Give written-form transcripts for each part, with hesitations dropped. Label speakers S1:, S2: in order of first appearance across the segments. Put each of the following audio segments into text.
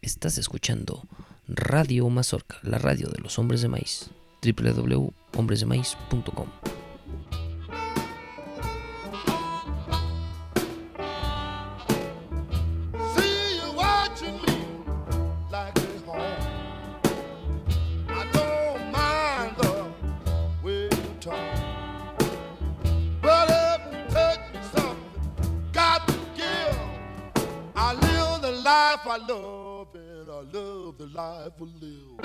S1: Estás escuchando Radio Mazorca, la radio de los hombres de maíz. www.hombresdemaíz.com.
S2: I love it, I love the life I live.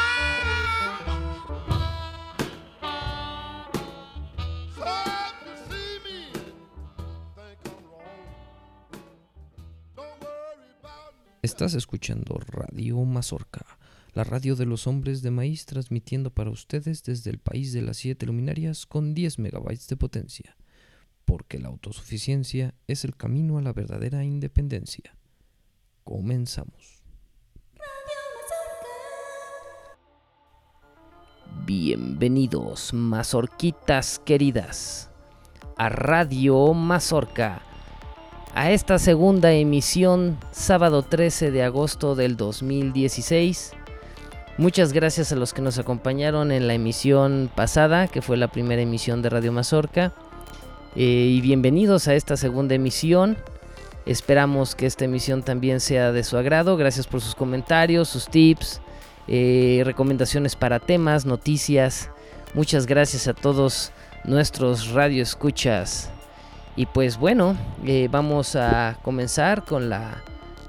S2: So if you see me, think I'm wrong. Don't worry about me.
S1: Estás escuchando Radio Mazorca, la radio de los hombres de maíz, transmitiendo para ustedes desde el país de las 7 luminarias con 10 megabytes de potencia, porque la autosuficiencia es el camino a la verdadera independencia. Comenzamos. Bienvenidos, mazorquitas queridas, a Radio Mazorca, a esta segunda emisión, sábado 13 de agosto del 2016. Muchas gracias a los que nos acompañaron en la emisión pasada, que fue la primera emisión de Radio Mazorca, y bienvenidos a esta segunda emisión. Esperamos que esta emisión también sea de su agrado. Gracias por sus comentarios, sus tips, recomendaciones para temas, noticias. Muchas gracias a todos nuestros radioescuchas. Y pues bueno, vamos a comenzar con la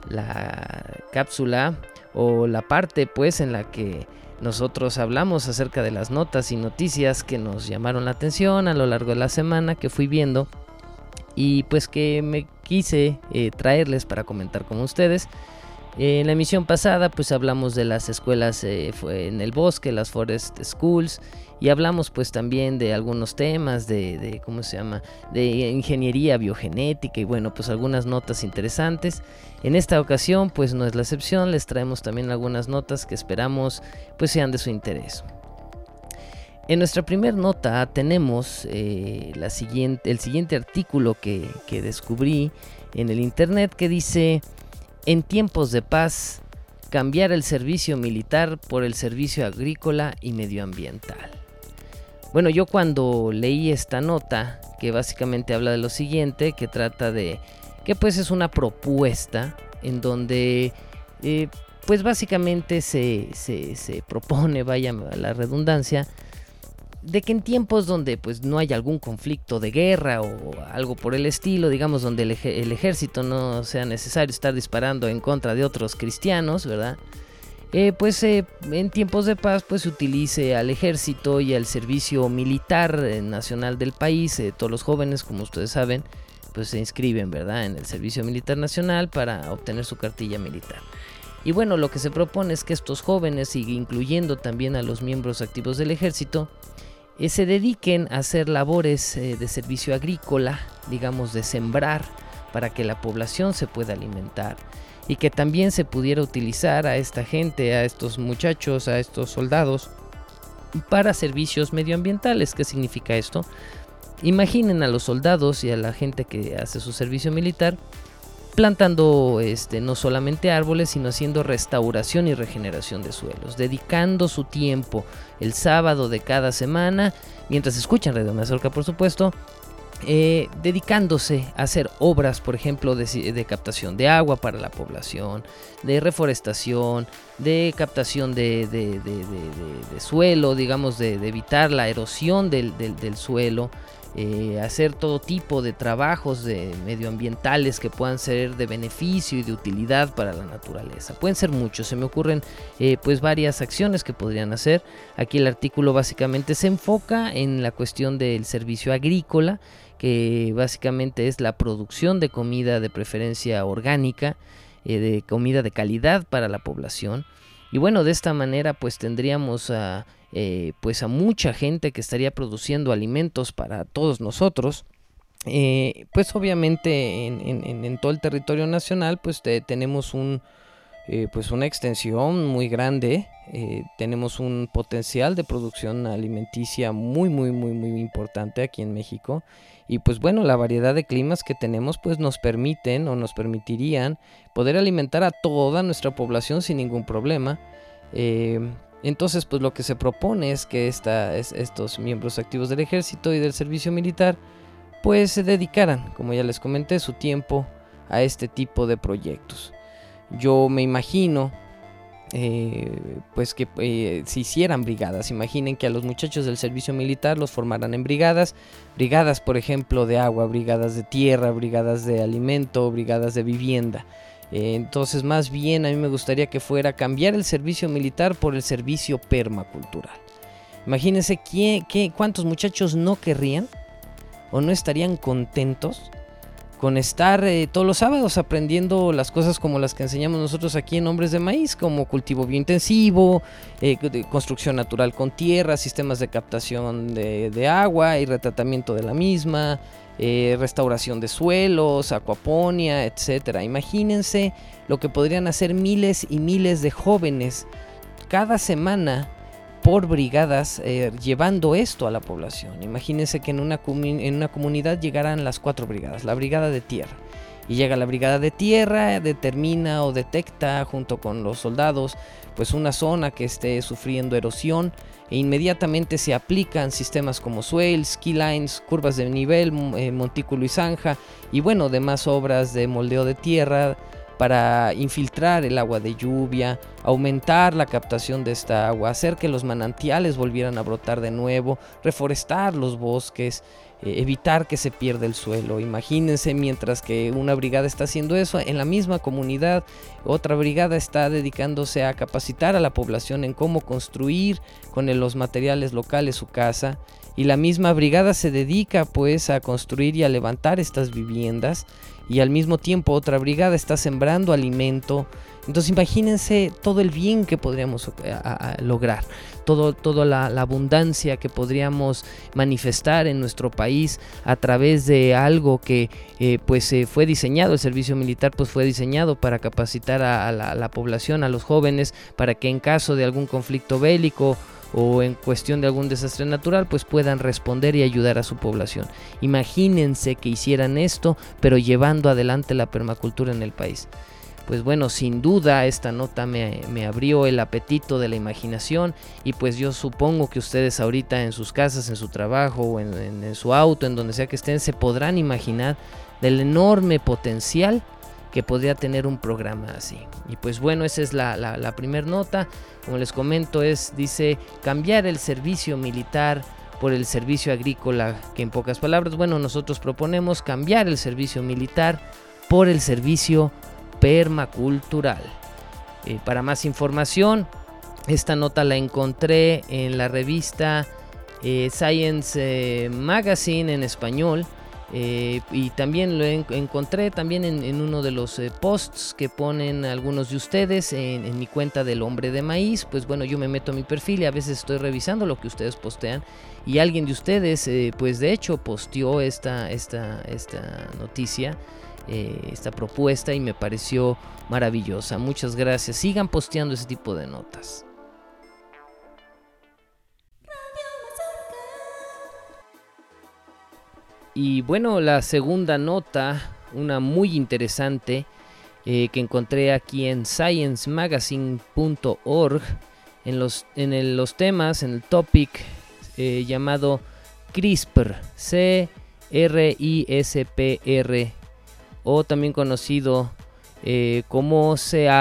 S1: cápsula o la parte pues en la que nosotros hablamos acerca de las notas y noticias que nos llamaron la atención a lo largo de la semana que fui viendo. Y pues que me quise traerles para comentar con ustedes. En la emisión pasada pues hablamos de las escuelas fue en el bosque, las forest schools, y hablamos pues también de algunos temas de ¿cómo se llama? De ingeniería biogenética y bueno, pues algunas notas interesantes. En esta ocasión pues no es la excepción, les traemos también algunas notas que esperamos pues sean de su interés. En nuestra primera nota tenemos el siguiente artículo que descubrí en el internet que dice: en tiempos de paz, cambiar el servicio militar por el servicio agrícola y medioambiental. Bueno, yo cuando leí esta nota, que básicamente habla de lo siguiente, que trata de que pues es una propuesta en donde pues básicamente se propone, vaya la redundancia, de que en tiempos donde pues no hay algún conflicto de guerra o algo por el estilo, digamos donde el ejército no sea necesario estar disparando en contra de otros cristianos, ¿verdad? En tiempos de paz pues se utilice al ejército y al servicio militar nacional del país. Todos los jóvenes, como ustedes saben, pues se inscriben, ¿verdad?, en el servicio militar nacional para obtener su cartilla militar. Y bueno, lo que se propone es que estos jóvenes, incluyendo también a los miembros activos del ejército, se dediquen a hacer labores de servicio agrícola, digamos de sembrar, para que la población se pueda alimentar, y que también se pudiera utilizar a esta gente, a estos muchachos, a estos soldados, para servicios medioambientales. ¿Qué significa esto? Imaginen a los soldados y a la gente que hace su servicio militar plantando no solamente árboles, sino haciendo restauración y regeneración de suelos, dedicando su tiempo el sábado de cada semana, mientras escuchan Radio Mazorca, por supuesto, dedicándose a hacer obras, por ejemplo, de captación de agua para la población, de reforestación, de captación de suelo, digamos, de evitar la erosión del suelo. Hacer todo tipo de trabajos medioambientales que puedan ser de beneficio y de utilidad para la naturaleza. Pueden ser muchos, se me ocurren pues varias acciones que podrían hacer. Aquí el artículo básicamente se enfoca en la cuestión del servicio agrícola, que básicamente es la producción de comida de preferencia orgánica, de comida de calidad para la población. Y bueno, de esta manera pues tendríamos a mucha gente que estaría produciendo alimentos para todos nosotros. Pues obviamente en todo el territorio nacional pues tenemos pues una extensión muy grande. Tenemos un potencial de producción alimenticia muy importante aquí en México, y pues bueno, la variedad de climas que tenemos pues nos permiten o nos permitirían poder alimentar a toda nuestra población sin ningún problema. Entonces pues lo que se propone es que estos miembros activos del ejército y del servicio militar pues se dedicaran, como ya les comenté, su tiempo a este tipo de proyectos. Yo me imagino pues que si hicieran brigadas, imaginen que a los muchachos del servicio militar los formaran en brigadas, por ejemplo de agua, brigadas de tierra, brigadas de alimento, brigadas de vivienda. Entonces más bien a mí me gustaría que fuera cambiar el servicio militar por el servicio permacultural. Imagínense cuántos muchachos no querrían o no estarían contentos con estar todos los sábados aprendiendo las cosas como las que enseñamos nosotros aquí en Hombres de Maíz, como cultivo biointensivo, construcción natural con tierra, sistemas de captación de agua y retratamiento de la misma, restauración de suelos, acuaponía, etcétera. Imagínense lo que podrían hacer miles y miles de jóvenes cada semana por brigadas, llevando esto a la población. Imagínense que en una comunidad llegaran las 4 brigadas, la brigada de tierra, y llega la brigada de tierra, determina o detecta junto con los soldados pues una zona que esté sufriendo erosión, e inmediatamente se aplican sistemas como swales, key lines, curvas de nivel, montículo y zanja, y bueno, demás obras de moldeo de tierra para infiltrar el agua de lluvia, aumentar la captación de esta agua, hacer que los manantiales volvieran a brotar de nuevo, reforestar los bosques, evitar que se pierda el suelo. Imagínense, mientras que una brigada está haciendo eso, en la misma comunidad otra brigada está dedicándose a capacitar a la población en cómo construir con los materiales locales su casa, y la misma brigada se dedica pues a construir y a levantar estas viviendas, y al mismo tiempo otra brigada está sembrando alimento. Entonces imagínense todo el bien que podríamos lograr, toda la abundancia que podríamos manifestar en nuestro país a través de algo que fue diseñado. El servicio militar pues fue diseñado para capacitar a la población, a los jóvenes, para que en caso de algún conflicto bélico o en cuestión de algún desastre natural pues puedan responder y ayudar a su población. Imagínense que hicieran esto, pero llevando adelante la permacultura en el país. Pues bueno, sin duda esta nota me abrió el apetito de la imaginación, y pues yo supongo que ustedes ahorita en sus casas, en su trabajo o en su auto, en donde sea que estén, se podrán imaginar del enorme potencial que podría tener un programa así. Y pues bueno, esa es la primera nota. Como les comento, dice cambiar el servicio militar por el servicio agrícola, que en pocas palabras, bueno, nosotros proponemos cambiar el servicio militar por el servicio permacultural. Para más información, esta nota la encontré en la revista Science Magazine en español, y también lo encontré también en uno de los posts que ponen algunos de ustedes en mi cuenta del Hombre de Maíz. Pues bueno, yo me meto a mi perfil y a veces estoy revisando lo que ustedes postean, y alguien de ustedes pues de hecho posteó esta noticia, esta propuesta, y me pareció maravillosa. Muchas gracias, sigan posteando ese tipo de notas. Y bueno, la segunda nota, una muy interesante, que encontré aquí en sciencemagazine.org, en los temas, en el topic llamado CRISPR, CRISPR, o también conocido como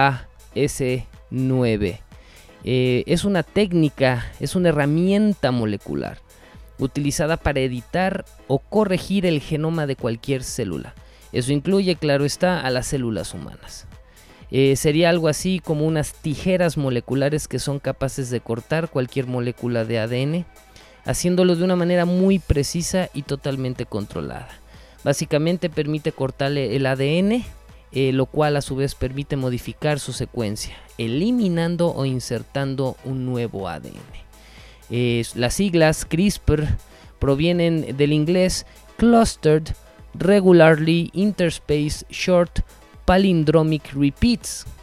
S1: CAS9. Es una técnica, es una herramienta molecular utilizada para editar o corregir el genoma de cualquier célula. Eso incluye, claro está, a las células humanas. Sería algo así como unas tijeras moleculares que son capaces de cortar cualquier molécula de ADN, haciéndolo de una manera muy precisa y totalmente controlada. Básicamente permite cortarle el ADN, lo cual a su vez permite modificar su secuencia, eliminando o insertando un nuevo ADN. Las siglas CRISPR provienen del inglés Clustered Regularly Interspaced Short Palindromic Repeats,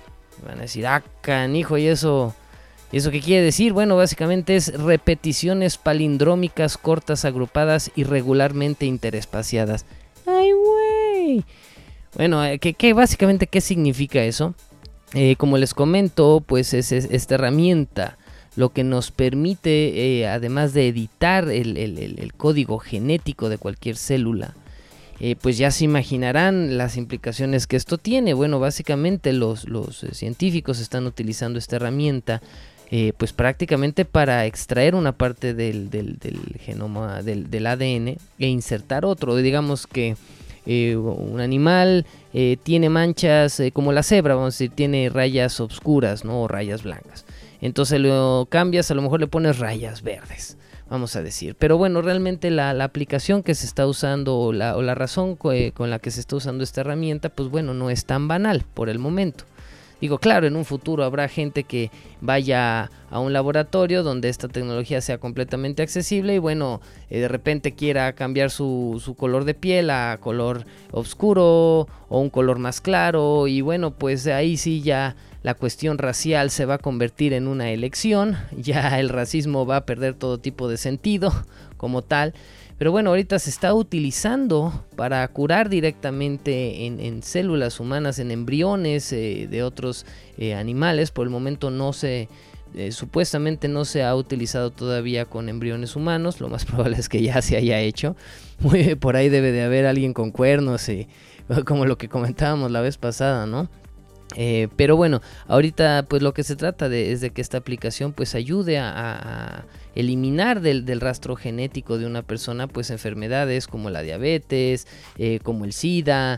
S1: Van a decir, canijo, ¿y eso qué quiere decir? Bueno, básicamente es repeticiones palindrómicas cortas, agrupadas y regularmente interespaciadas. ¡Ay, güey! Bueno, básicamente, ¿qué significa eso? Como les comento, pues es esta herramienta lo que nos permite, además de editar el código genético de cualquier célula, pues ya se imaginarán las implicaciones que esto tiene. Bueno, básicamente los científicos están utilizando esta herramienta pues prácticamente para extraer una parte del genoma, del ADN, e insertar otro. Digamos que un animal tiene manchas como la cebra, vamos a decir, tiene rayas oscuras, ¿no? O rayas blancas. Entonces lo cambias, a lo mejor le pones rayas verdes, vamos a decir. Pero bueno, realmente la aplicación que se está usando o la razón con la que se está usando esta herramienta, pues bueno, no es tan banal por el momento. Digo, claro, en un futuro habrá gente que vaya a un laboratorio donde esta tecnología sea completamente accesible y bueno, de repente quiera cambiar su color de piel a color oscuro o un color más claro, y bueno, pues ahí sí ya la cuestión racial se va a convertir en una elección, ya el racismo va a perder todo tipo de sentido como tal. Pero bueno, ahorita se está utilizando para curar directamente en células humanas, en embriones de otros animales. Por el momento supuestamente no se ha utilizado todavía con embriones humanos. Lo más probable es que ya se haya hecho. Por ahí debe de haber alguien con cuernos, como lo que comentábamos la vez pasada, ¿no? Pero bueno, ahorita pues lo que se trata es de que esta aplicación pues ayude a eliminar del rastro genético de una persona pues enfermedades como la diabetes, como el SIDA,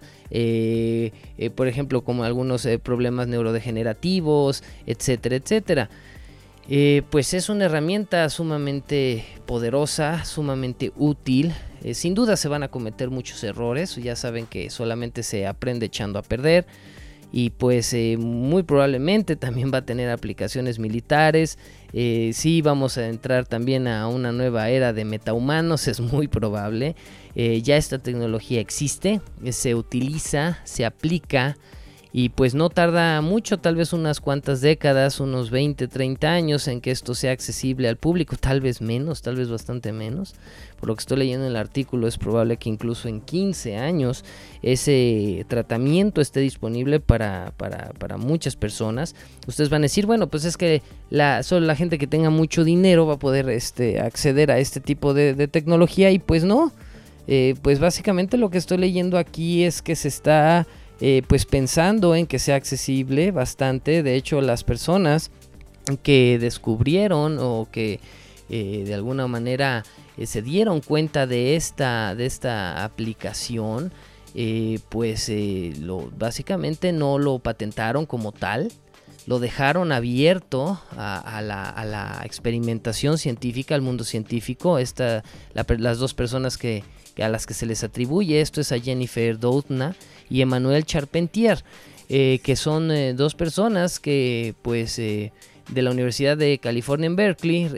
S1: por ejemplo como algunos problemas neurodegenerativos, etcétera, etcétera. Pues es una herramienta sumamente poderosa, sumamente útil. Sin duda se van a cometer muchos errores, ya saben que solamente se aprende echando a perder. Y pues muy probablemente también va a tener aplicaciones militares. Sí, vamos a entrar también a una nueva era de metahumanos, es muy probable. Ya esta tecnología existe, se utiliza, se aplica. Y pues no tarda mucho, tal vez unas cuantas décadas, unos 20, 30 años en que esto sea accesible al público, tal vez menos, tal vez bastante menos. Por lo que estoy leyendo en el artículo es probable que incluso en 15 años ese tratamiento esté disponible para muchas personas. Ustedes van a decir, bueno, pues es que solo la gente que tenga mucho dinero va a poder acceder a este tipo de tecnología, y pues no. Pues básicamente lo que estoy leyendo aquí es que se está pues pensando en que sea accesible bastante. De hecho, las personas que descubrieron o que de alguna manera se dieron cuenta de esta aplicación, pues básicamente no lo patentaron como tal, lo dejaron abierto a la experimentación científica, al mundo científico. Las dos personas a las que se les atribuye esto es a Jennifer Doudna y Emmanuel Charpentier, que son dos personas que pues de la Universidad de California en Berkeley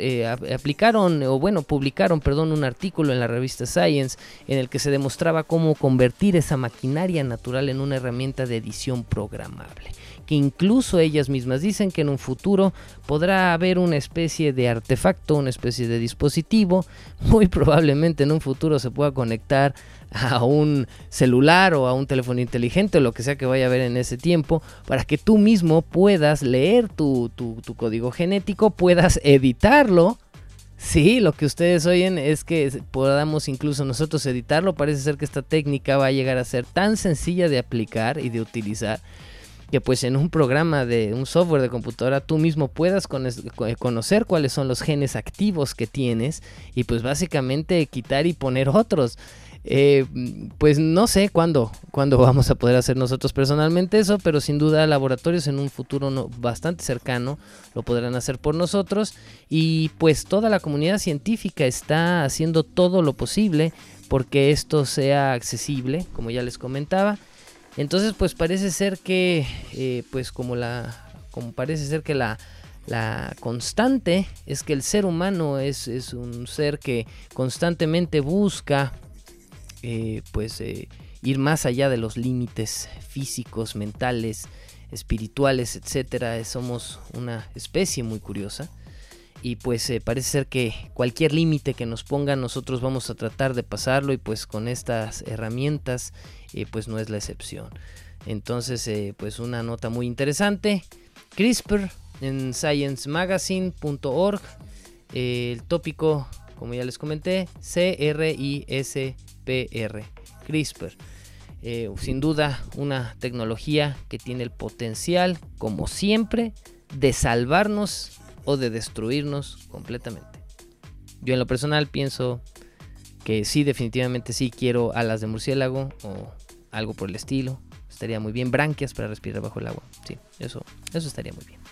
S1: publicaron un artículo en la revista Science en el que se demostraba cómo convertir esa maquinaria natural en una herramienta de edición programable, que incluso ellas mismas dicen que en un futuro podrá haber una especie de artefacto, una especie de dispositivo, muy probablemente en un futuro se pueda conectar a un celular o a un teléfono inteligente o lo que sea que vaya a haber en ese tiempo, para que tú mismo puedas leer tu código genético, puedas editarlo. Sí, lo que ustedes oyen es que podamos incluso nosotros editarlo. Parece ser que esta técnica va a llegar a ser tan sencilla de aplicar y de utilizar que pues en un programa de un software de computadora tú mismo puedas conocer cuáles son los genes activos que tienes y pues básicamente quitar y poner otros. Pues no sé cuándo vamos a poder hacer nosotros personalmente eso, pero sin duda laboratorios en un futuro bastante cercano lo podrán hacer por nosotros, y pues toda la comunidad científica está haciendo todo lo posible porque esto sea accesible, como ya les comentaba. Entonces pues parece ser que parece ser que la constante es que el ser humano es un ser que constantemente busca ir más allá de los límites físicos, mentales, espirituales, etcétera. Somos una especie muy curiosa. Y pues parece ser que cualquier límite que nos pongan nosotros vamos a tratar de pasarlo, y pues con estas herramientas pues no es la excepción. Entonces pues una nota muy interesante. CRISPR en sciencemagazine.org, el tópico, como ya les comenté, CRISPR, CRISPR. Sin duda una tecnología que tiene el potencial, como siempre, de salvarnos o de destruirnos completamente. Yo en lo personal pienso que sí, definitivamente sí quiero alas de murciélago o algo por el estilo. Estaría muy bien, branquias para respirar bajo el agua. Sí, eso estaría muy bien.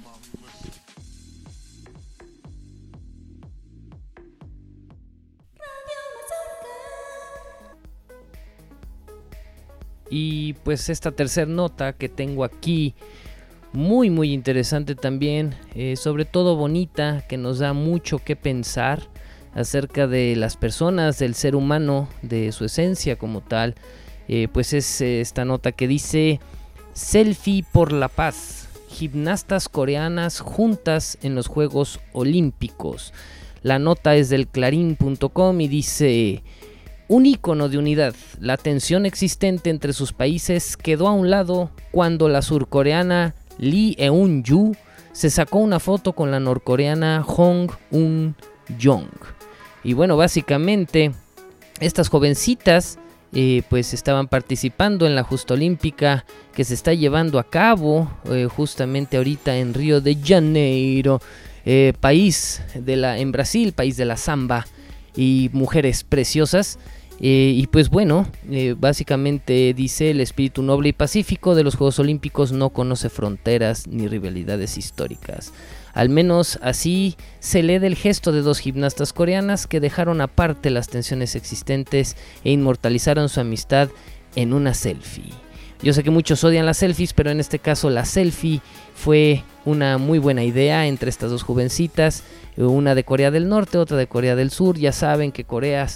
S1: Y pues esta tercera nota que tengo aquí, muy muy interesante también, sobre todo bonita, que nos da mucho que pensar acerca de las personas, del ser humano, de su esencia como tal. Pues es esta nota que dice: selfie por la paz, gimnastas coreanas juntas en los Juegos Olímpicos. La nota es del clarín.com y dice: un ícono de unidad, la tensión existente entre sus países quedó a un lado cuando la surcoreana Lee Eun-ju se sacó una foto con la norcoreana Hong Un-jong. Y bueno, básicamente estas jovencitas pues estaban participando en la justa olímpica que se está llevando a cabo justamente ahorita en Río de Janeiro, país en Brasil, país de la samba y mujeres preciosas. Y pues bueno, básicamente dice: el espíritu noble y pacífico de los Juegos Olímpicos no conoce fronteras ni rivalidades históricas. Al menos así se lee del gesto de dos gimnastas coreanas que dejaron aparte las tensiones existentes e inmortalizaron su amistad en una selfie. Yo sé que muchos odian las selfies, pero en este caso la selfie fue una muy buena idea entre estas dos jovencitas, una de Corea del Norte, otra de Corea del Sur. Ya saben que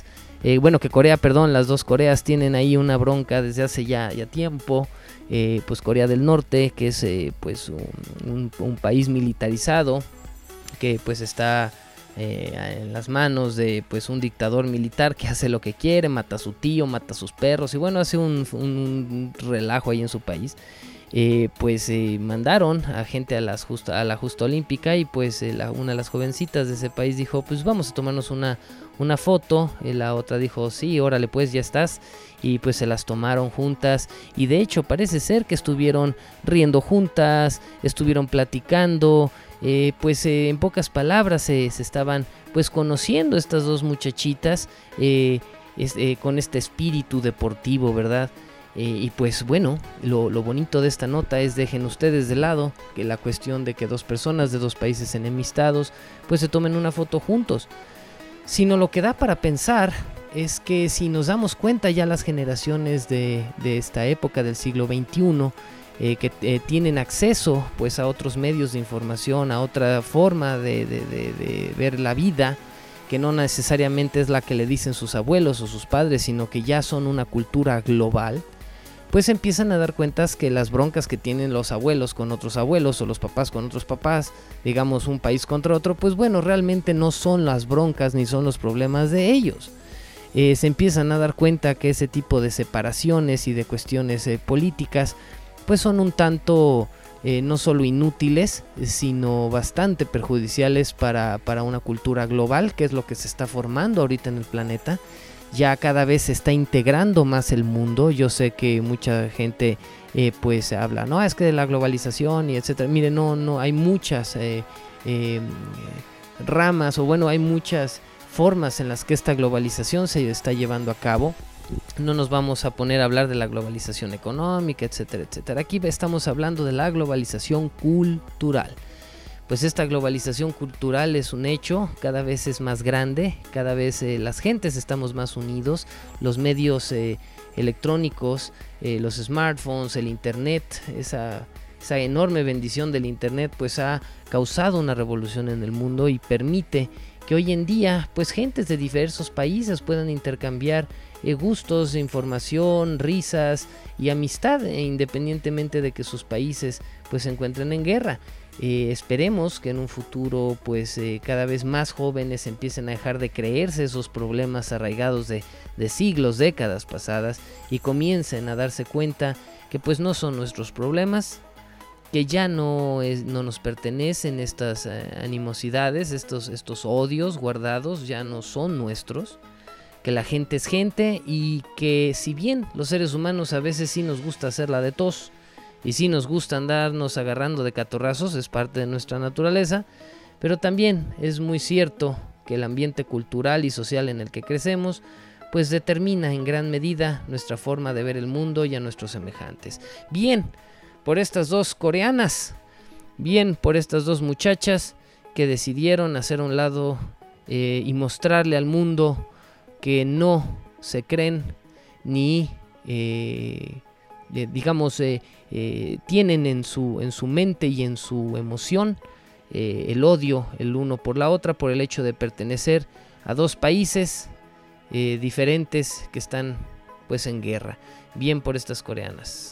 S1: las dos Coreas tienen ahí una bronca desde hace ya tiempo. Pues Corea del Norte, que es pues un país militarizado, que pues está en las manos de pues un dictador militar que hace lo que quiere, mata a su tío, mata a sus perros y bueno, hace un relajo ahí en su país. Mandaron a gente a la justa olímpica y pues una de las jovencitas de ese país dijo: pues vamos a tomarnos una foto. Y la otra dijo: sí, órale, pues ya estás. Y pues se las tomaron juntas, y de hecho parece ser que estuvieron riendo juntas, estuvieron platicando, en pocas palabras se estaban pues conociendo estas dos muchachitas, con este espíritu deportivo, ¿verdad? Y pues bueno, lo bonito de esta nota es: dejen ustedes de lado que la cuestión de que dos personas de dos países enemistados pues se tomen una foto juntos, sino lo que da para pensar es que si nos damos cuenta, ya las generaciones de esta época del siglo XXI que tienen acceso pues a otros medios de información, a otra forma de ver la vida, que no necesariamente es la que le dicen sus abuelos o sus padres, sino que ya son una cultura global, pues empiezan a dar cuentas que las broncas que tienen los abuelos con otros abuelos o los papás con otros papás, digamos un país contra otro, pues bueno, realmente no son las broncas ni son los problemas de ellos. Se empiezan a dar cuenta que ese tipo de separaciones y de cuestiones políticas pues son un tanto no solo inútiles, sino bastante perjudiciales para una cultura global, que es lo que se está formando ahorita en el planeta. Ya cada vez se está integrando más el mundo. Yo sé que mucha gente pues habla, no, es que de la globalización y etcétera. Miren, no, hay muchas ramas, o bueno, hay muchas formas en las que esta globalización se está llevando a cabo. No nos vamos a poner a hablar de la globalización económica, etcétera, etcétera. Aquí estamos hablando de la globalización cultural. Pues esta globalización cultural es un hecho, cada vez es más grande, cada vez las gentes estamos más unidos, los medios electrónicos, los smartphones, el internet, esa enorme bendición del internet pues ha causado una revolución en el mundo y permite que hoy en día pues gentes de diversos países puedan intercambiar gustos, información, risas y amistad, independientemente de que sus países pues se encuentren en guerra. Esperemos que en un futuro pues cada vez más jóvenes empiecen a dejar de creerse esos problemas arraigados de siglos, décadas pasadas, y comiencen a darse cuenta que pues no son nuestros problemas, que ya no nos pertenecen estas animosidades, estos odios guardados ya no son nuestros, que la gente es gente, y que si bien los seres humanos a veces sí nos gusta hacerla de tos y sí nos gusta andarnos agarrando de catorrazos, es parte de nuestra naturaleza, pero también es muy cierto que el ambiente cultural y social en el que crecemos pues determina en gran medida nuestra forma de ver el mundo y a nuestros semejantes. Bien por estas dos coreanas, bien por estas dos muchachas que decidieron hacer a un lado y mostrarle al mundo que no se creen ni tienen en su mente y en su emoción el odio el uno por la otra, por el hecho de pertenecer a dos países diferentes que están pues en guerra. Bien por estas coreanas.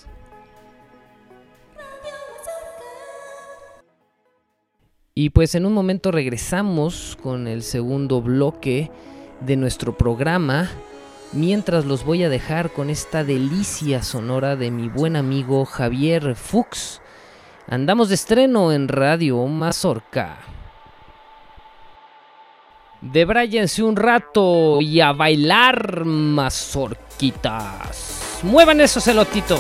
S1: Y pues en un momento regresamos con el segundo bloque de nuestro programa, mientras los voy a dejar con esta delicia sonora de mi buen amigo Javier Fuchs. Andamos de estreno en Radio Mazorca. Debráyense un rato y a bailar, mazorquitas. ¡Muevan esos elotitos!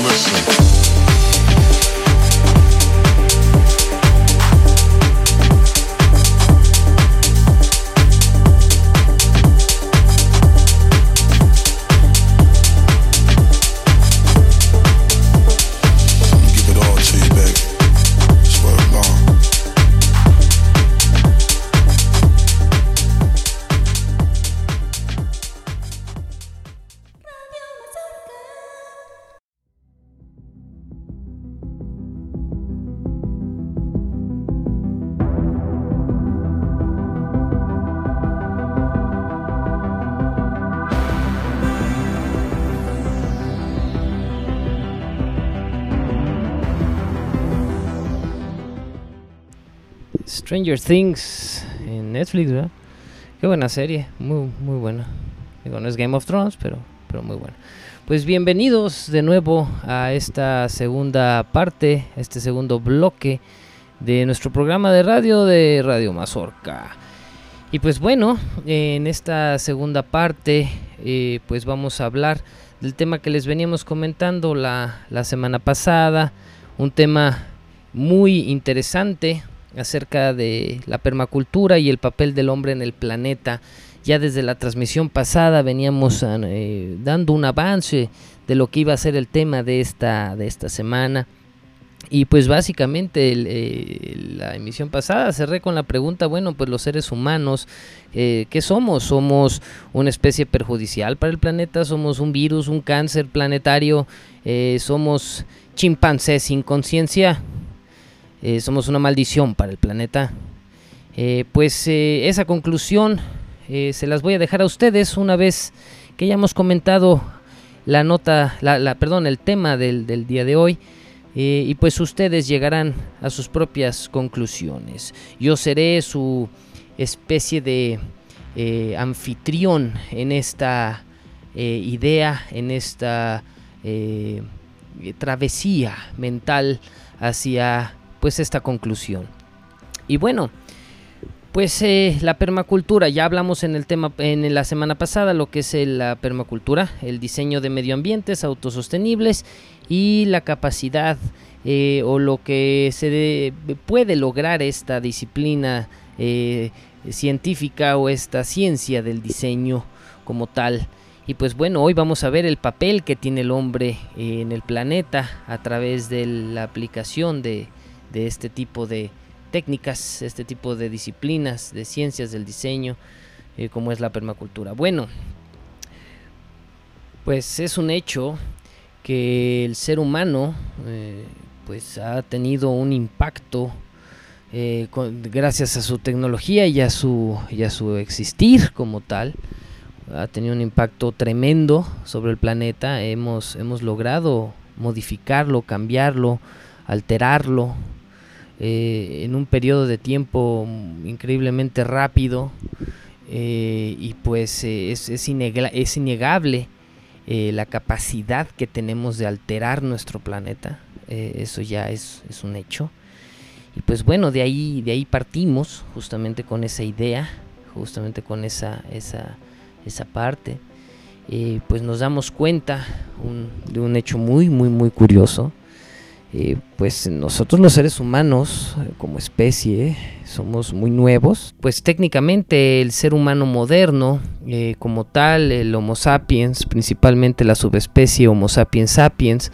S1: Stranger Things en Netflix, ¿verdad? Qué buena serie, muy buena. Digo, no es Game of Thrones, pero muy buena. Pues bienvenidos de nuevo a esta segunda parte, este segundo bloque de nuestro programa de Radio Mazorca. Y pues bueno, en esta segunda parte pues vamos a hablar del tema que les veníamos comentando la semana pasada, un tema muy interesante acerca de la permacultura y el papel del hombre en el planeta. Ya desde la transmisión pasada veníamos dando un avance de lo que iba a ser el tema de esta semana. Y pues básicamente la emisión pasada cerré con la pregunta, bueno, pues los seres humanos, ¿qué somos? ¿Somos una especie perjudicial para el planeta? ¿Somos un virus, un cáncer planetario? ¿Somos chimpancés sin conciencia? ¿Somos una maldición para el planeta? Pues esa conclusión se las voy a dejar a ustedes una vez que ya hemos comentado el tema del día de hoy. Y pues ustedes llegarán a sus propias conclusiones. Yo seré su especie de anfitrión en esta idea, en esta travesía mental hacia pues esta conclusión. Y bueno, pues la permacultura, ya hablamos en el tema en la semana pasada lo que es la permacultura, el diseño de medioambientes autosostenibles y la capacidad o lo que se puede lograr esta disciplina científica o esta ciencia del diseño como tal. Y pues bueno, hoy vamos a ver el papel que tiene el hombre en el planeta a través de la aplicación de este tipo de técnicas, este tipo de disciplinas, de ciencias del diseño, como es la permacultura. Bueno, pues es un hecho que el ser humano pues ha tenido un impacto gracias a su tecnología y a su existir como tal. Ha tenido un impacto tremendo sobre el planeta. Hemos logrado modificarlo, cambiarlo, alterarlo en un periodo de tiempo increíblemente rápido, y pues es innegable la capacidad que tenemos de alterar nuestro planeta. Eso ya es un hecho. Y pues bueno, de ahí partimos justamente con esa idea, justamente con esa parte. Pues nos damos cuenta de un hecho muy curioso. Pues nosotros los seres humanos como especie somos muy nuevos. Pues técnicamente el ser humano moderno como tal, el Homo sapiens, principalmente la subespecie Homo sapiens sapiens,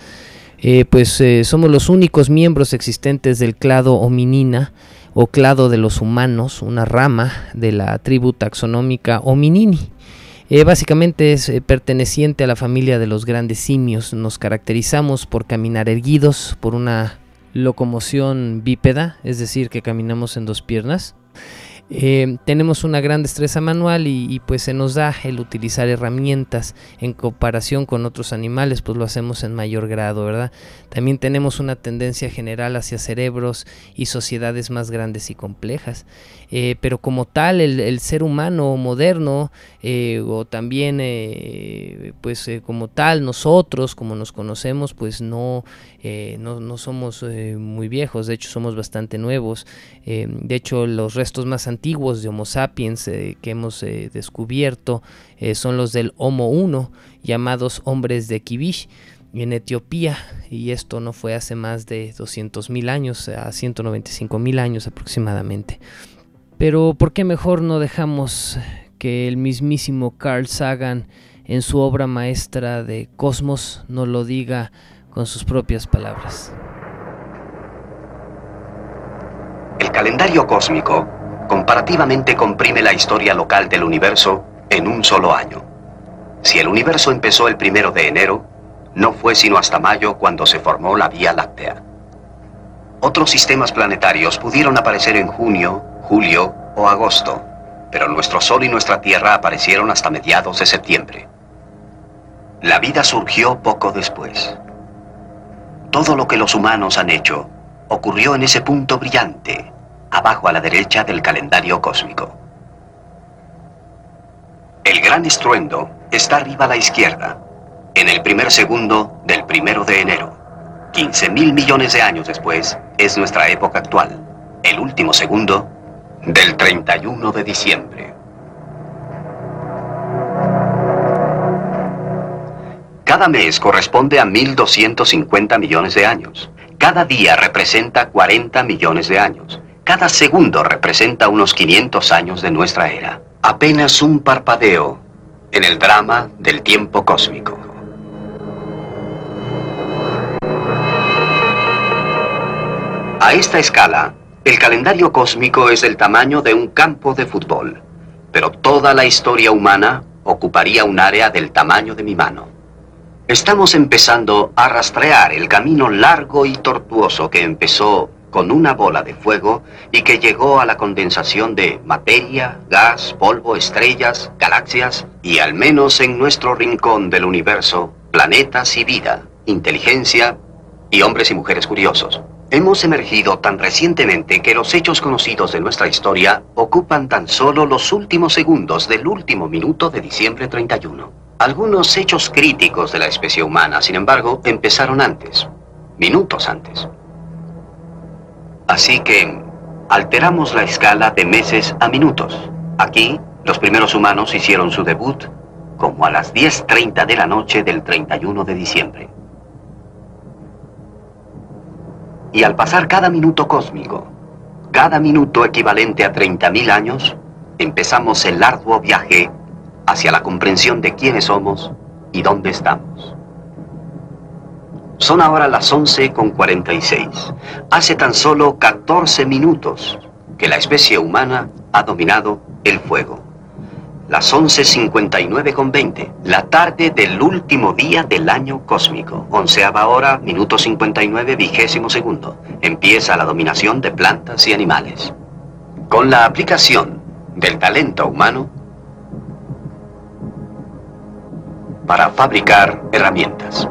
S1: somos los únicos miembros existentes del clado Hominina o clado de los humanos, una rama de la tribu taxonómica Hominini. Básicamente es perteneciente a la familia de los grandes simios. Nos caracterizamos por caminar erguidos, por una locomoción bípeda, es decir, que caminamos en dos piernas. Tenemos una gran destreza manual y pues se nos da el utilizar herramientas. En comparación con otros animales, pues lo hacemos en mayor grado, ¿verdad? También tenemos una tendencia general hacia cerebros y sociedades más grandes y complejas. Pero como tal, el ser humano moderno, o también como tal nosotros, como nos conocemos, pues no somos muy viejos. De hecho somos bastante nuevos. De hecho los restos más antiguos de Homo sapiens que hemos descubierto son los del Homo 1, llamados hombres de Kibish. en Etiopía, y esto no fue hace más de 200.000 años, a 195.000 años aproximadamente. Pero ¿por qué mejor no dejamos que el mismísimo Carl Sagan, en su obra maestra de Cosmos, nos lo diga con sus propias palabras?
S3: El calendario cósmico comparativamente comprime la historia local del universo en un solo año. Si el universo empezó el 1 de enero, no fue sino hasta mayo cuando se formó la Vía Láctea. Otros sistemas planetarios pudieron aparecer en junio, julio o agosto, pero nuestro Sol y nuestra Tierra aparecieron hasta mediados de septiembre. La vida surgió poco después. Todo lo que los humanos han hecho ocurrió en ese punto brillante, abajo a la derecha del calendario cósmico. El gran estruendo está arriba a la izquierda, en el primer segundo del 1 de enero. 15.000 millones de años después es nuestra época actual, el último segundo del 31 de diciembre. Cada mes corresponde a 1.250 millones de años. Cada día representa 40 millones de años. Cada segundo representa unos 500 años de nuestra era. Apenas un parpadeo en el drama del tiempo cósmico. A esta escala, el calendario cósmico es del tamaño de un campo de fútbol, pero toda la historia humana ocuparía un área del tamaño de mi mano. Estamos empezando a rastrear el camino largo y tortuoso que empezó con una bola de fuego y que llegó a la condensación de materia, gas, polvo, estrellas, galaxias y, al menos en nuestro rincón del universo, planetas y vida, inteligencia y hombres y mujeres curiosos. Hemos emergido tan recientemente que los hechos conocidos de nuestra historia ocupan tan solo los últimos segundos del último minuto de diciembre 31. Algunos hechos críticos de la especie humana, sin embargo, empezaron antes, minutos antes. Así que alteramos la escala de meses a minutos. Aquí, los primeros humanos hicieron su debut como a las 10:30 de la noche del 31 de diciembre. Y al pasar cada minuto cósmico, cada minuto equivalente a 30.000 años, empezamos el arduo viaje hacia la comprensión de quiénes somos y dónde estamos. Son ahora las 11:46. Hace tan solo 14 minutos que la especie humana ha dominado el fuego. Las 11:59:20, la tarde del último día del año cósmico. 11ª hora, minuto 59, 20º segundo. Empieza la dominación de plantas y animales. Con la aplicación del talento humano para fabricar herramientas.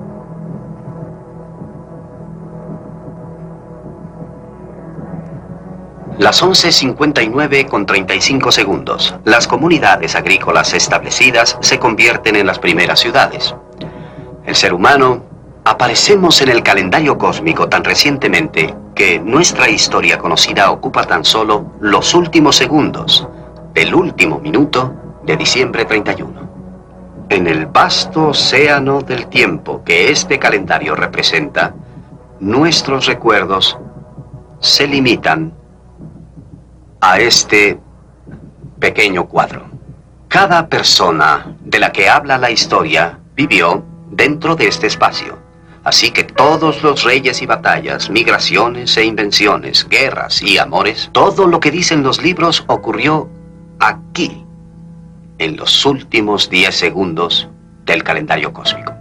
S3: Las 11:59:35 segundos. Las comunidades agrícolas establecidas se convierten en las primeras ciudades. El ser humano aparecemos en el calendario cósmico tan recientemente que nuestra historia conocida ocupa tan solo los últimos segundos del último minuto de diciembre 31. En el vasto océano del tiempo que este calendario representa, nuestros recuerdos se limitan a este pequeño cuadro. Cada persona de la que habla la historia vivió dentro de este espacio. Así que todos los reyes y batallas, migraciones e invenciones, guerras y amores, todo lo que dicen los libros ocurrió aquí, en los últimos 10 segundos del calendario cósmico.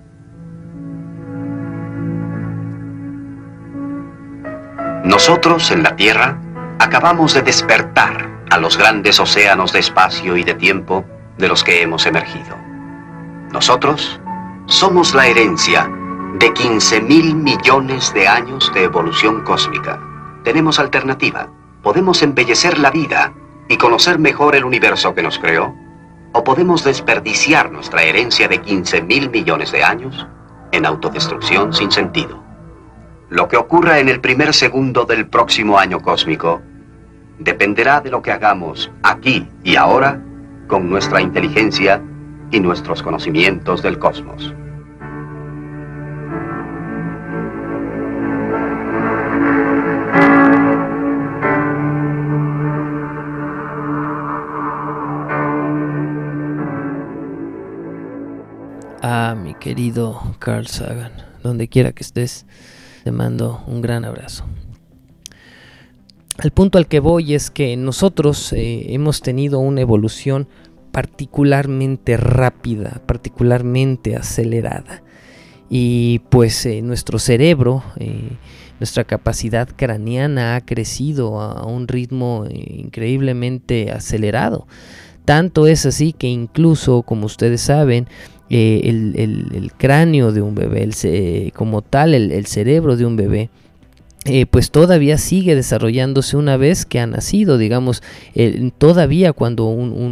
S3: Nosotros en la Tierra acabamos de despertar a los grandes océanos de espacio y de tiempo de los que hemos emergido. Nosotros somos la herencia de 15.000 millones de años de evolución cósmica. Tenemos alternativa. Podemos embellecer la vida y conocer mejor el universo que nos creó, o podemos desperdiciar nuestra herencia de 15.000 millones de años en autodestrucción sin sentido. Lo que ocurra en el primer segundo del próximo año cósmico dependerá de lo que hagamos aquí y ahora con nuestra inteligencia y nuestros conocimientos del cosmos.
S1: querido Carl Sagan. Donde quiera que estés, te mando un gran abrazo. El punto al que voy es que nosotros hemos tenido una evolución particularmente rápida, particularmente acelerada. Y pues nuestro cerebro, nuestra capacidad craneana ha crecido a un ritmo increíblemente acelerado. Tanto es así que incluso, como ustedes saben, el cráneo de un bebé, como tal, el cerebro de un bebé, pues todavía sigue desarrollándose una vez que ha nacido, digamos, todavía cuando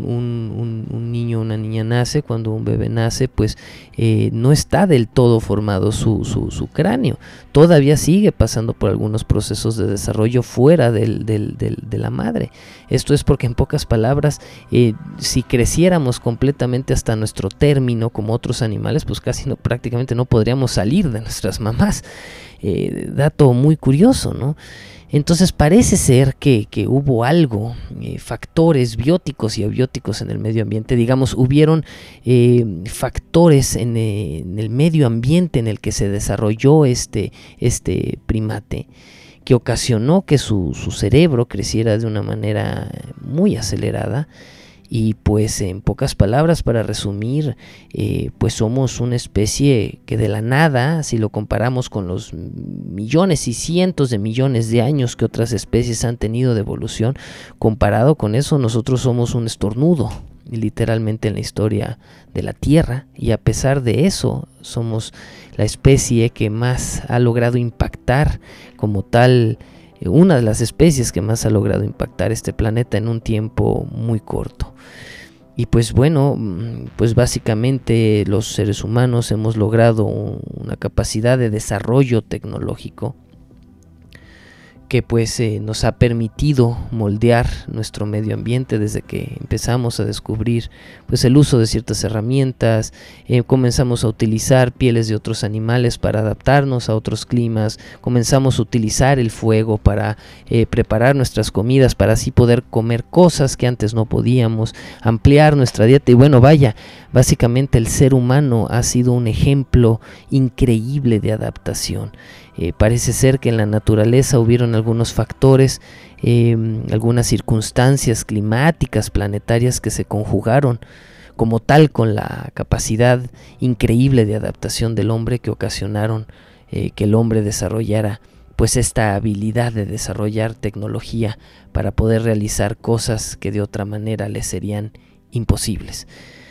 S1: un niño o una niña nace, cuando un bebé nace, pues no está del todo formado su cráneo, todavía sigue pasando por algunos procesos de desarrollo fuera de la madre. Esto es porque, en pocas palabras, si creciéramos completamente hasta nuestro término como otros animales, pues prácticamente no podríamos salir de nuestras mamás. Dato muy curioso, ¿no? Entonces parece ser que hubo algo, factores bióticos y abióticos en el medio ambiente. Digamos, hubieron factores en el medio ambiente en el que se desarrolló este primate, que ocasionó que su cerebro creciera de una manera muy acelerada. Y pues, en pocas palabras, para resumir, pues somos una especie que de la nada, si lo comparamos con los millones y cientos de millones de años que otras especies han tenido de evolución, comparado con eso, nosotros somos un estornudo, literalmente, en la historia de la Tierra. Y a pesar de eso, somos la especie que más ha logrado impactar como tal, una de las especies que más ha logrado impactar este planeta en un tiempo muy corto. Y pues bueno, pues básicamente los seres humanos hemos logrado una capacidad de desarrollo tecnológico que pues nos ha permitido moldear nuestro medio ambiente desde que empezamos a descubrir pues el uso de ciertas herramientas, comenzamos a utilizar pieles de otros animales para adaptarnos a otros climas, comenzamos a utilizar el fuego para preparar nuestras comidas, para así poder comer cosas que antes no podíamos, ampliar nuestra dieta. Y bueno, vaya, básicamente el ser humano ha sido un ejemplo increíble de adaptación. Parece ser que en la naturaleza hubieron algunos factores, algunas circunstancias climáticas, planetarias, que se conjugaron como tal con la capacidad increíble de adaptación del hombre, que ocasionaron que el hombre desarrollara pues esta habilidad de desarrollar tecnología para poder realizar cosas que de otra manera le serían imposibles.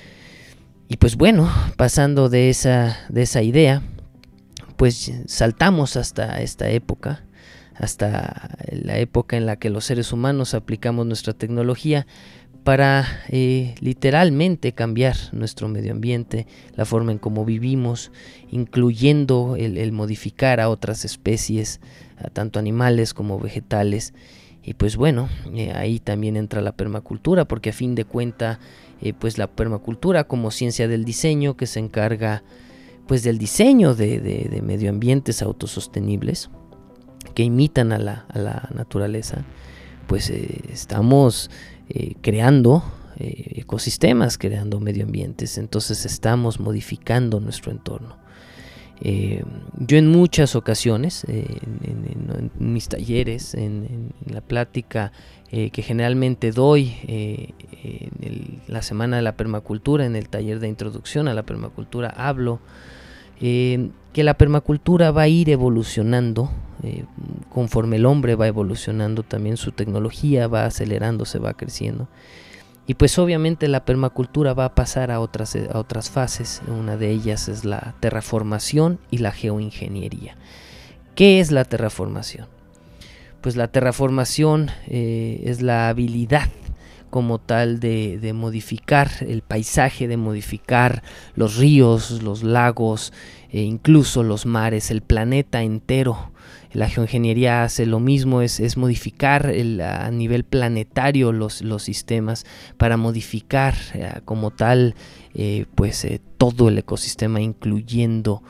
S1: Y pues bueno, pasando de esa idea, pues saltamos hasta esta época, hasta la época en la que los seres humanos aplicamos nuestra tecnología para literalmente cambiar nuestro medio ambiente, la forma en cómo vivimos, incluyendo el modificar a otras especies, tanto animales como vegetales. Y pues bueno, ahí también entra la permacultura, porque a fin de cuentas, pues la permacultura como ciencia del diseño, que se encarga pues del diseño de medioambientes autosostenibles que imitan a la naturaleza, pues estamos creando ecosistemas, creando medioambientes. Entonces estamos modificando nuestro entorno. Yo en muchas ocasiones, en mis talleres, en la plática que generalmente doy en la Semana de la Permacultura, en el taller de introducción a la permacultura, hablo que la permacultura va a ir evolucionando conforme el hombre va evolucionando, también su tecnología va acelerándose, va creciendo. Y pues obviamente la permacultura va a pasar a otras fases. Una de ellas es la terraformación y la geoingeniería. ¿Qué es la terraformación? Pues la terraformación es la habilidad como tal de modificar el paisaje, de modificar los ríos, los lagos, incluso los mares, el planeta entero. La geoingeniería hace lo mismo, es modificar a nivel planetario los sistemas para modificar como tal todo el ecosistema, incluyendo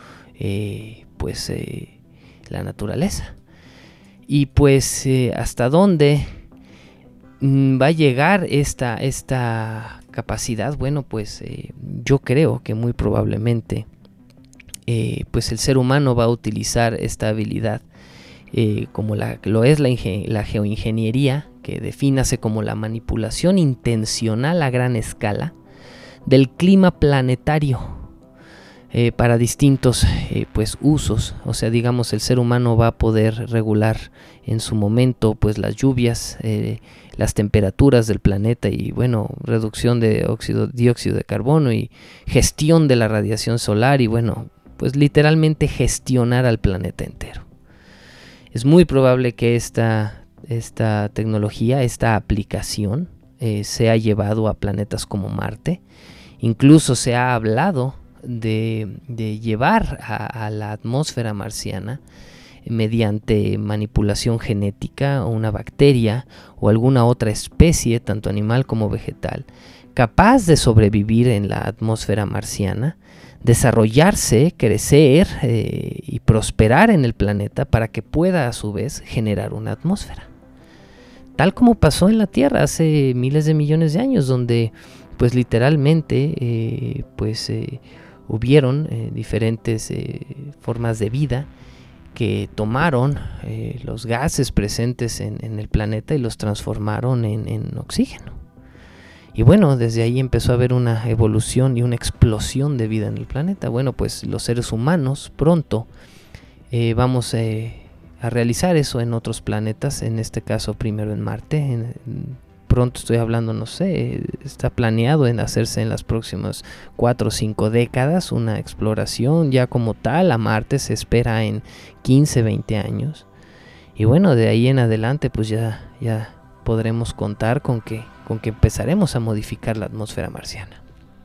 S1: la naturaleza. Y pues hasta dónde va a llegar esta capacidad. Bueno, pues yo creo que muy probablemente pues el ser humano va a utilizar esta habilidad como lo es la geoingeniería, que defínase como la manipulación intencional a gran escala del clima planetario para distintos pues usos. O sea, digamos, el ser humano va a poder regular en su momento pues las lluvias, las temperaturas del planeta y bueno, reducción de dióxido de carbono y gestión de la radiación solar y bueno, pues literalmente gestionar al planeta entero. Es muy probable que esta tecnología, esta aplicación sea llevado a planetas como Marte. Incluso se ha hablado de llevar a la atmósfera marciana mediante manipulación genética o una bacteria o alguna otra especie, tanto animal como vegetal, capaz de sobrevivir en la atmósfera marciana, desarrollarse, crecer y prosperar en el planeta para que pueda a su vez generar una atmósfera. Tal como pasó en la Tierra hace miles de millones de años, donde pues literalmente hubieron diferentes formas de vida que tomaron los gases presentes en el planeta y los transformaron en oxígeno. Y bueno, desde ahí empezó a haber una evolución y una explosión de vida en el planeta. Bueno, pues los seres humanos pronto vamos a realizar eso en otros planetas, en este caso primero en Marte. Pronto estoy hablando, no sé, está planeado en hacerse en las próximas 4 o 5 décadas una exploración ya como tal a Marte, se espera en 15, 20 años. Y bueno, de ahí en adelante pues ya podremos contar con que empezaremos a modificar la atmósfera marciana.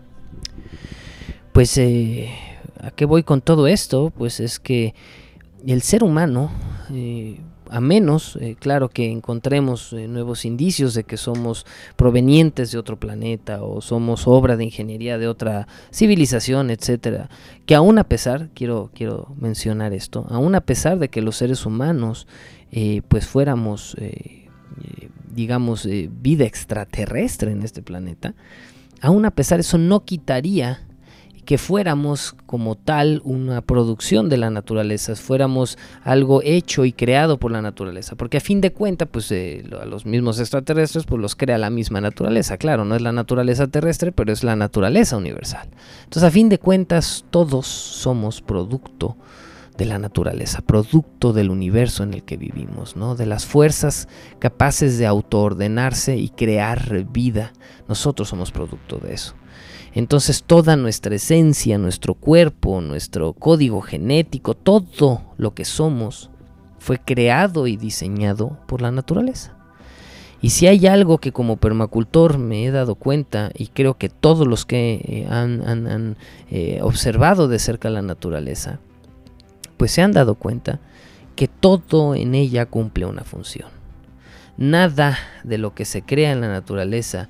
S1: Pues, ¿a qué voy con todo esto? Pues es que el ser humano, a menos, claro, que encontremos nuevos indicios de que somos provenientes de otro planeta o somos obra de ingeniería de otra civilización, etcétera, que aún a pesar, quiero mencionar esto, aún a pesar de que los seres humanos pues fuéramos digamos vida extraterrestre en este planeta, aún a pesar de eso no quitaría que fuéramos como tal una producción de la naturaleza, fuéramos algo hecho y creado por la naturaleza, porque a fin de cuentas pues a los mismos extraterrestres pues los crea la misma naturaleza. Claro, no es la naturaleza terrestre, pero es la naturaleza universal. Entonces, a fin de cuentas, todos somos producto de la naturaleza, producto del universo en el que vivimos, ¿no? De las fuerzas capaces de autoordenarse y crear vida. Nosotros somos producto de eso. Entonces toda nuestra esencia, nuestro cuerpo, nuestro código genético, todo lo que somos fue creado y diseñado por la naturaleza. Y si hay algo que como permacultor me he dado cuenta, y creo que todos los que han observado de cerca la naturaleza, pues se han dado cuenta que todo en ella cumple una función. Nada de lo que se crea en la naturaleza,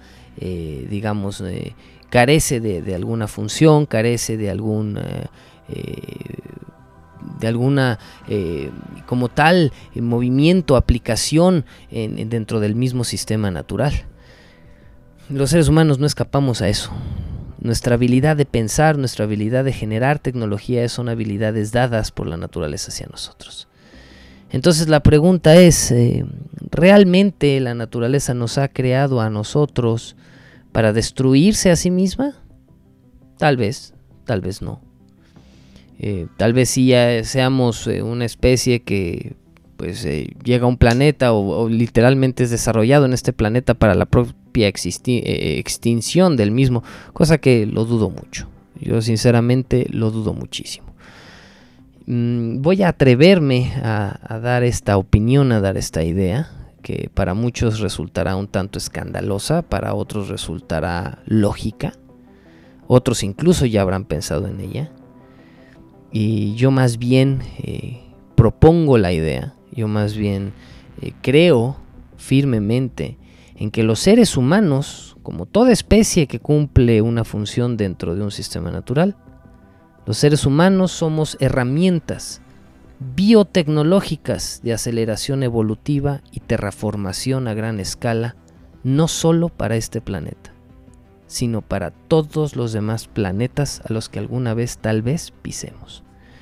S1: carece de alguna función, carece de alguna como tal movimiento, aplicación dentro del mismo sistema natural. Los seres humanos no escapamos a eso. Nuestra habilidad de pensar, nuestra habilidad de generar tecnología son habilidades dadas por la naturaleza hacia nosotros. Entonces la pregunta es, ¿realmente la naturaleza nos ha creado a nosotros para destruirse a sí misma? Tal vez no. Tal vez sí seamos una especie que pues llega a un planeta o literalmente es desarrollado en este planeta para la propia extinción del mismo, cosa que lo dudo mucho. Yo sinceramente lo dudo muchísimo. Voy a atreverme a dar esta opinión, a dar esta idea, que para muchos resultará un tanto escandalosa, para otros resultará lógica, otros incluso ya habrán pensado en ella. Y yo más bien propongo la idea, yo más bien creo firmemente en que los seres humanos, como toda especie que cumple una función dentro de un sistema natural, los seres humanos somos herramientas biotecnológicas de aceleración evolutiva y terraformación a gran escala, no solo para este planeta, sino para todos los demás planetas a los que alguna vez tal vez pisemos.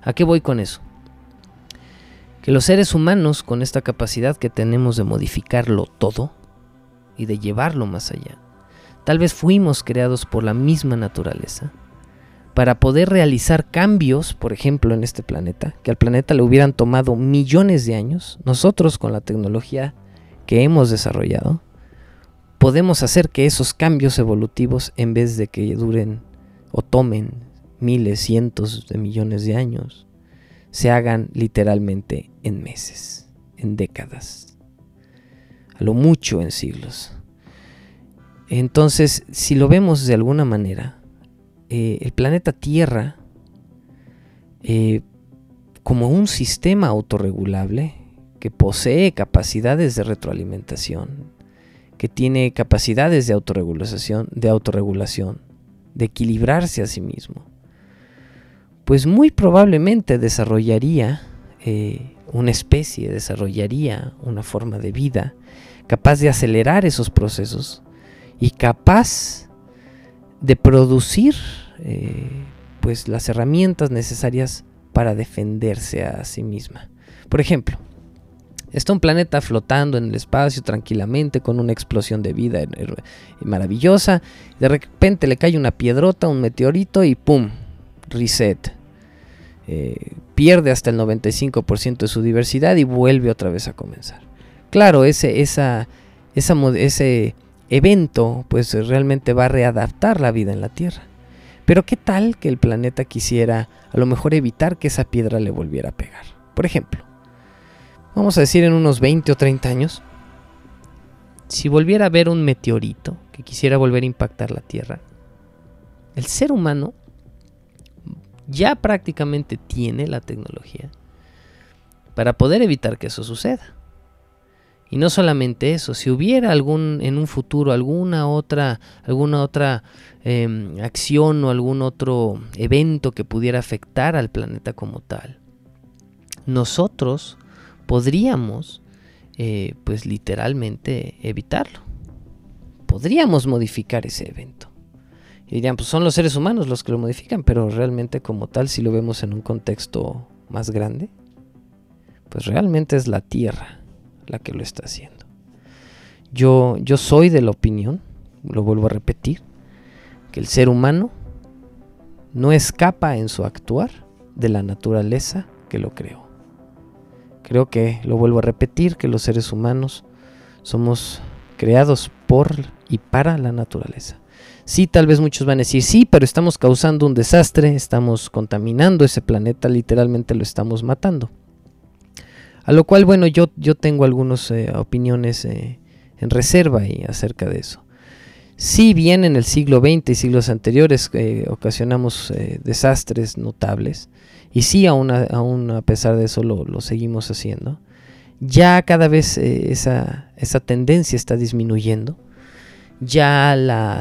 S1: ¿A qué voy con eso? Que los seres humanos, con esta capacidad que tenemos de modificarlo todo y de llevarlo más allá, tal vez fuimos creados por la misma naturaleza para poder realizar cambios, por ejemplo, en este planeta, que al planeta le hubieran tomado millones de años. Nosotros, con la tecnología que hemos desarrollado, podemos hacer que esos cambios evolutivos, en vez de que duren o tomen miles, cientos de millones de años, se hagan literalmente en meses, en décadas, a lo mucho en siglos. Entonces, si lo vemos de alguna manera, el planeta Tierra, como un sistema autorregulable que posee capacidades de retroalimentación, que tiene capacidades de autorregulación, de equilibrarse a sí mismo, pues muy probablemente desarrollaría una especie, desarrollaría una forma de vida capaz de acelerar esos procesos y capaz de producir pues las herramientas necesarias para defenderse a sí misma. Por ejemplo, está un planeta flotando en el espacio tranquilamente con una explosión de vida maravillosa. De repente le cae una piedrota, un meteorito y ¡pum! Reset. Pierde hasta el 95% de su diversidad y vuelve otra vez a comenzar. Claro, ese evento pues realmente va a readaptar la vida en la Tierra. Pero ¿qué tal que el planeta quisiera a lo mejor evitar que esa piedra le volviera a pegar? Por ejemplo, vamos a decir en unos 20 o 30 años, si volviera a haber un meteorito que quisiera volver a impactar la Tierra, el ser humano ya prácticamente tiene la tecnología para poder evitar que eso suceda. Y no solamente eso, si hubiera en un futuro alguna otra acción o algún otro evento que pudiera afectar al planeta como tal, nosotros podríamos pues literalmente evitarlo. Podríamos modificar ese evento. Y dirían, pues son los seres humanos los que lo modifican, pero realmente como tal, si lo vemos en un contexto más grande, pues realmente es la Tierra la que lo está haciendo. Yo soy de la opinión, lo vuelvo a repetir, que el ser humano no escapa en su actuar de la naturaleza que lo creó. Creo que, lo vuelvo a repetir, que los seres humanos somos creados por y para la naturaleza. Sí, tal vez muchos van a decir, sí, pero estamos causando un desastre, estamos contaminando ese planeta, literalmente lo estamos matando. A lo cual, bueno, yo tengo algunas opiniones en reserva acerca de eso. Si bien en el siglo XX y siglos anteriores ocasionamos desastres notables, y sí, aún a pesar de eso lo seguimos haciendo, ya cada vez esa tendencia está disminuyendo. Ya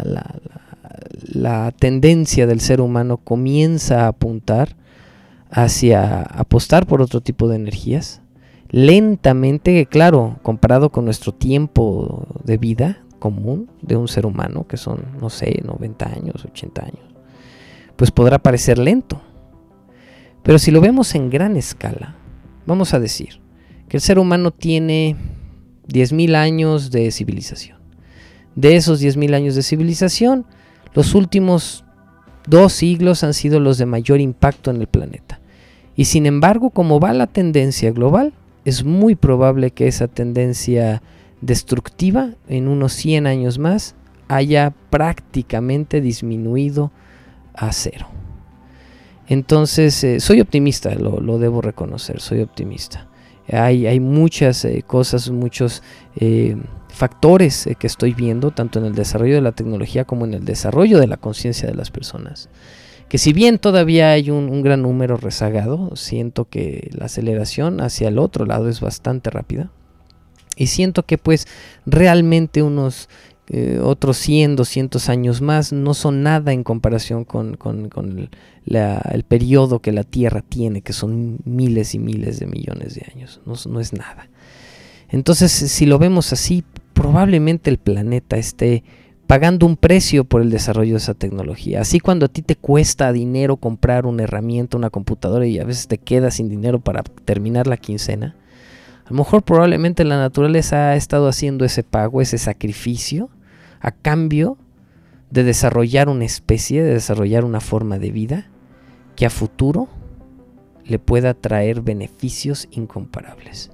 S1: la tendencia del ser humano comienza a apuntar hacia apostar por otro tipo de energías. Lentamente, claro, comparado con nuestro tiempo de vida común de un ser humano, que son, no sé, 90 años, 80 años, pues podrá parecer lento. Pero si lo vemos en gran escala, vamos a decir que el ser humano tiene 10.000 años de civilización. De esos 10.000 años de civilización, los últimos 2 siglos han sido los de mayor impacto en el planeta. Y sin embargo, como va la tendencia global, es muy probable que esa tendencia destructiva en unos 100 años más haya prácticamente disminuido a cero. Entonces, soy optimista, lo debo reconocer, soy optimista. Hay muchas cosas, muchos factores que estoy viendo, tanto en el desarrollo de la tecnología como en el desarrollo de la conciencia de las personas, que si bien todavía hay un gran número rezagado, siento que la aceleración hacia el otro lado es bastante rápida. Y siento que pues realmente unos otros 100, 200 años más no son nada en comparación con el periodo que la Tierra tiene, que son miles y miles de millones de años. No es nada. Entonces, si lo vemos así, probablemente el planeta esté pagando un precio por el desarrollo de esa tecnología. Así cuando a ti te cuesta dinero comprar una herramienta, una computadora, y a veces te quedas sin dinero para terminar la quincena, a lo mejor probablemente la naturaleza ha estado haciendo ese pago, ese sacrificio, a cambio de desarrollar una especie, de desarrollar una forma de vida que a futuro le pueda traer beneficios incomparables.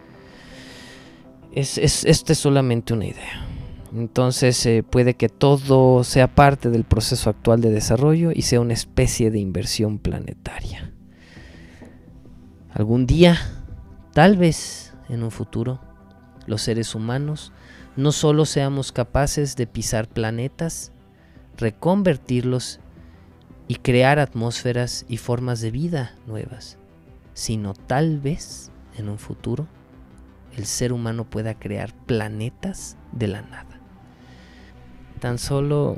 S1: Esta es solamente una idea. Entonces puede que todo sea parte del proceso actual de desarrollo y sea una especie de inversión planetaria. Algún día, tal vez en un futuro, los seres humanos no solo seamos capaces de pisar planetas, reconvertirlos y crear atmósferas y formas de vida nuevas, sino tal vez en un futuro el ser humano pueda crear planetas de la nada. Tan solo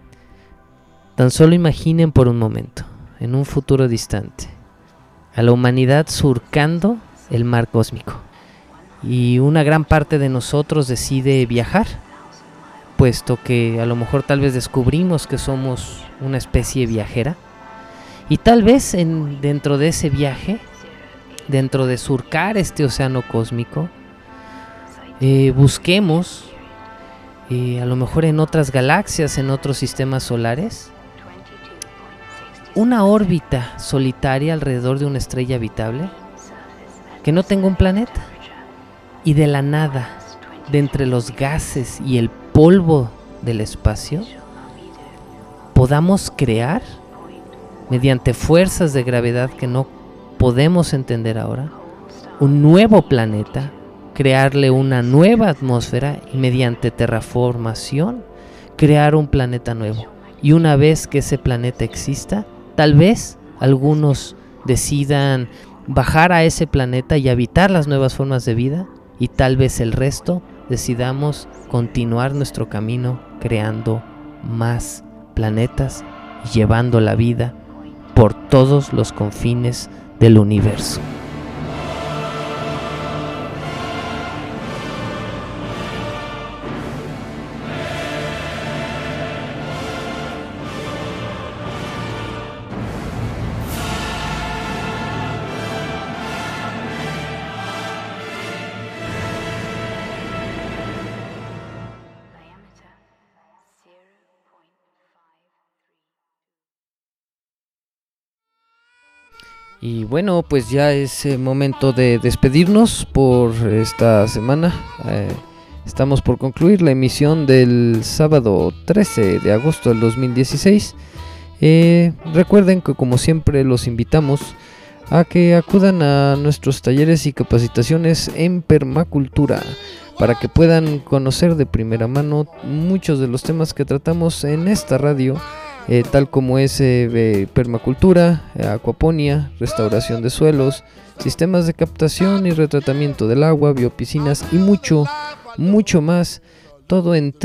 S1: imaginen por un momento, en un futuro distante, a la humanidad surcando el mar cósmico, y una gran parte de nosotros decide viajar, puesto que a lo mejor tal vez descubrimos que somos una especie viajera, y tal vez dentro de ese viaje, dentro de surcar este océano cósmico, busquemos a lo mejor en otras galaxias, en otros sistemas solares, una órbita solitaria alrededor de una estrella habitable que no tenga un planeta, y de la nada, de entre los gases y el polvo del espacio, podamos crear, mediante fuerzas de gravedad que no podemos entender ahora, un nuevo planeta, crearle una nueva atmósfera y mediante terraformación crear un planeta nuevo. Y una vez que ese planeta exista, tal vez algunos decidan bajar a ese planeta y habitar las nuevas formas de vida, y tal vez el resto decidamos continuar nuestro camino creando más planetas y llevando la vida por todos los confines del universo. Y bueno, pues ya es momento de despedirnos por esta semana. Estamos por concluir la emisión del sábado 13 de agosto del 2016. Recuerden que, como siempre, los invitamos a que acudan a nuestros talleres y capacitaciones en permacultura, para que puedan conocer de primera mano muchos de los temas que tratamos en esta radio, tal como es permacultura, acuaponía, restauración de suelos, sistemas de captación y retratamiento del agua, biopiscinas y mucho más, todo en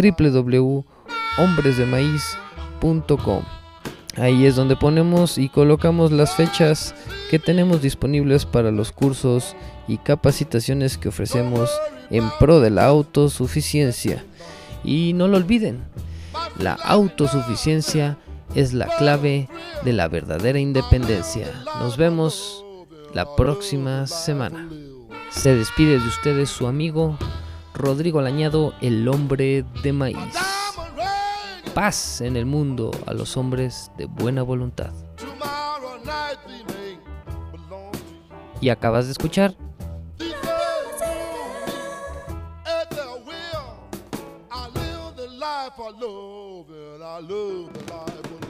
S1: www.hombresdemaíz.com. Ahí es donde ponemos y colocamos las fechas que tenemos disponibles para los cursos y capacitaciones que ofrecemos en pro de la autosuficiencia. Y no lo olviden, la autosuficiencia es la clave de la verdadera independencia. Nos vemos la próxima semana. Se despide de ustedes su amigo Rodrigo Lañado, el hombre de maíz. Paz en el mundo a los hombres de buena voluntad. Y acabas de escuchar
S2: I live the life I love, and I love the life I love.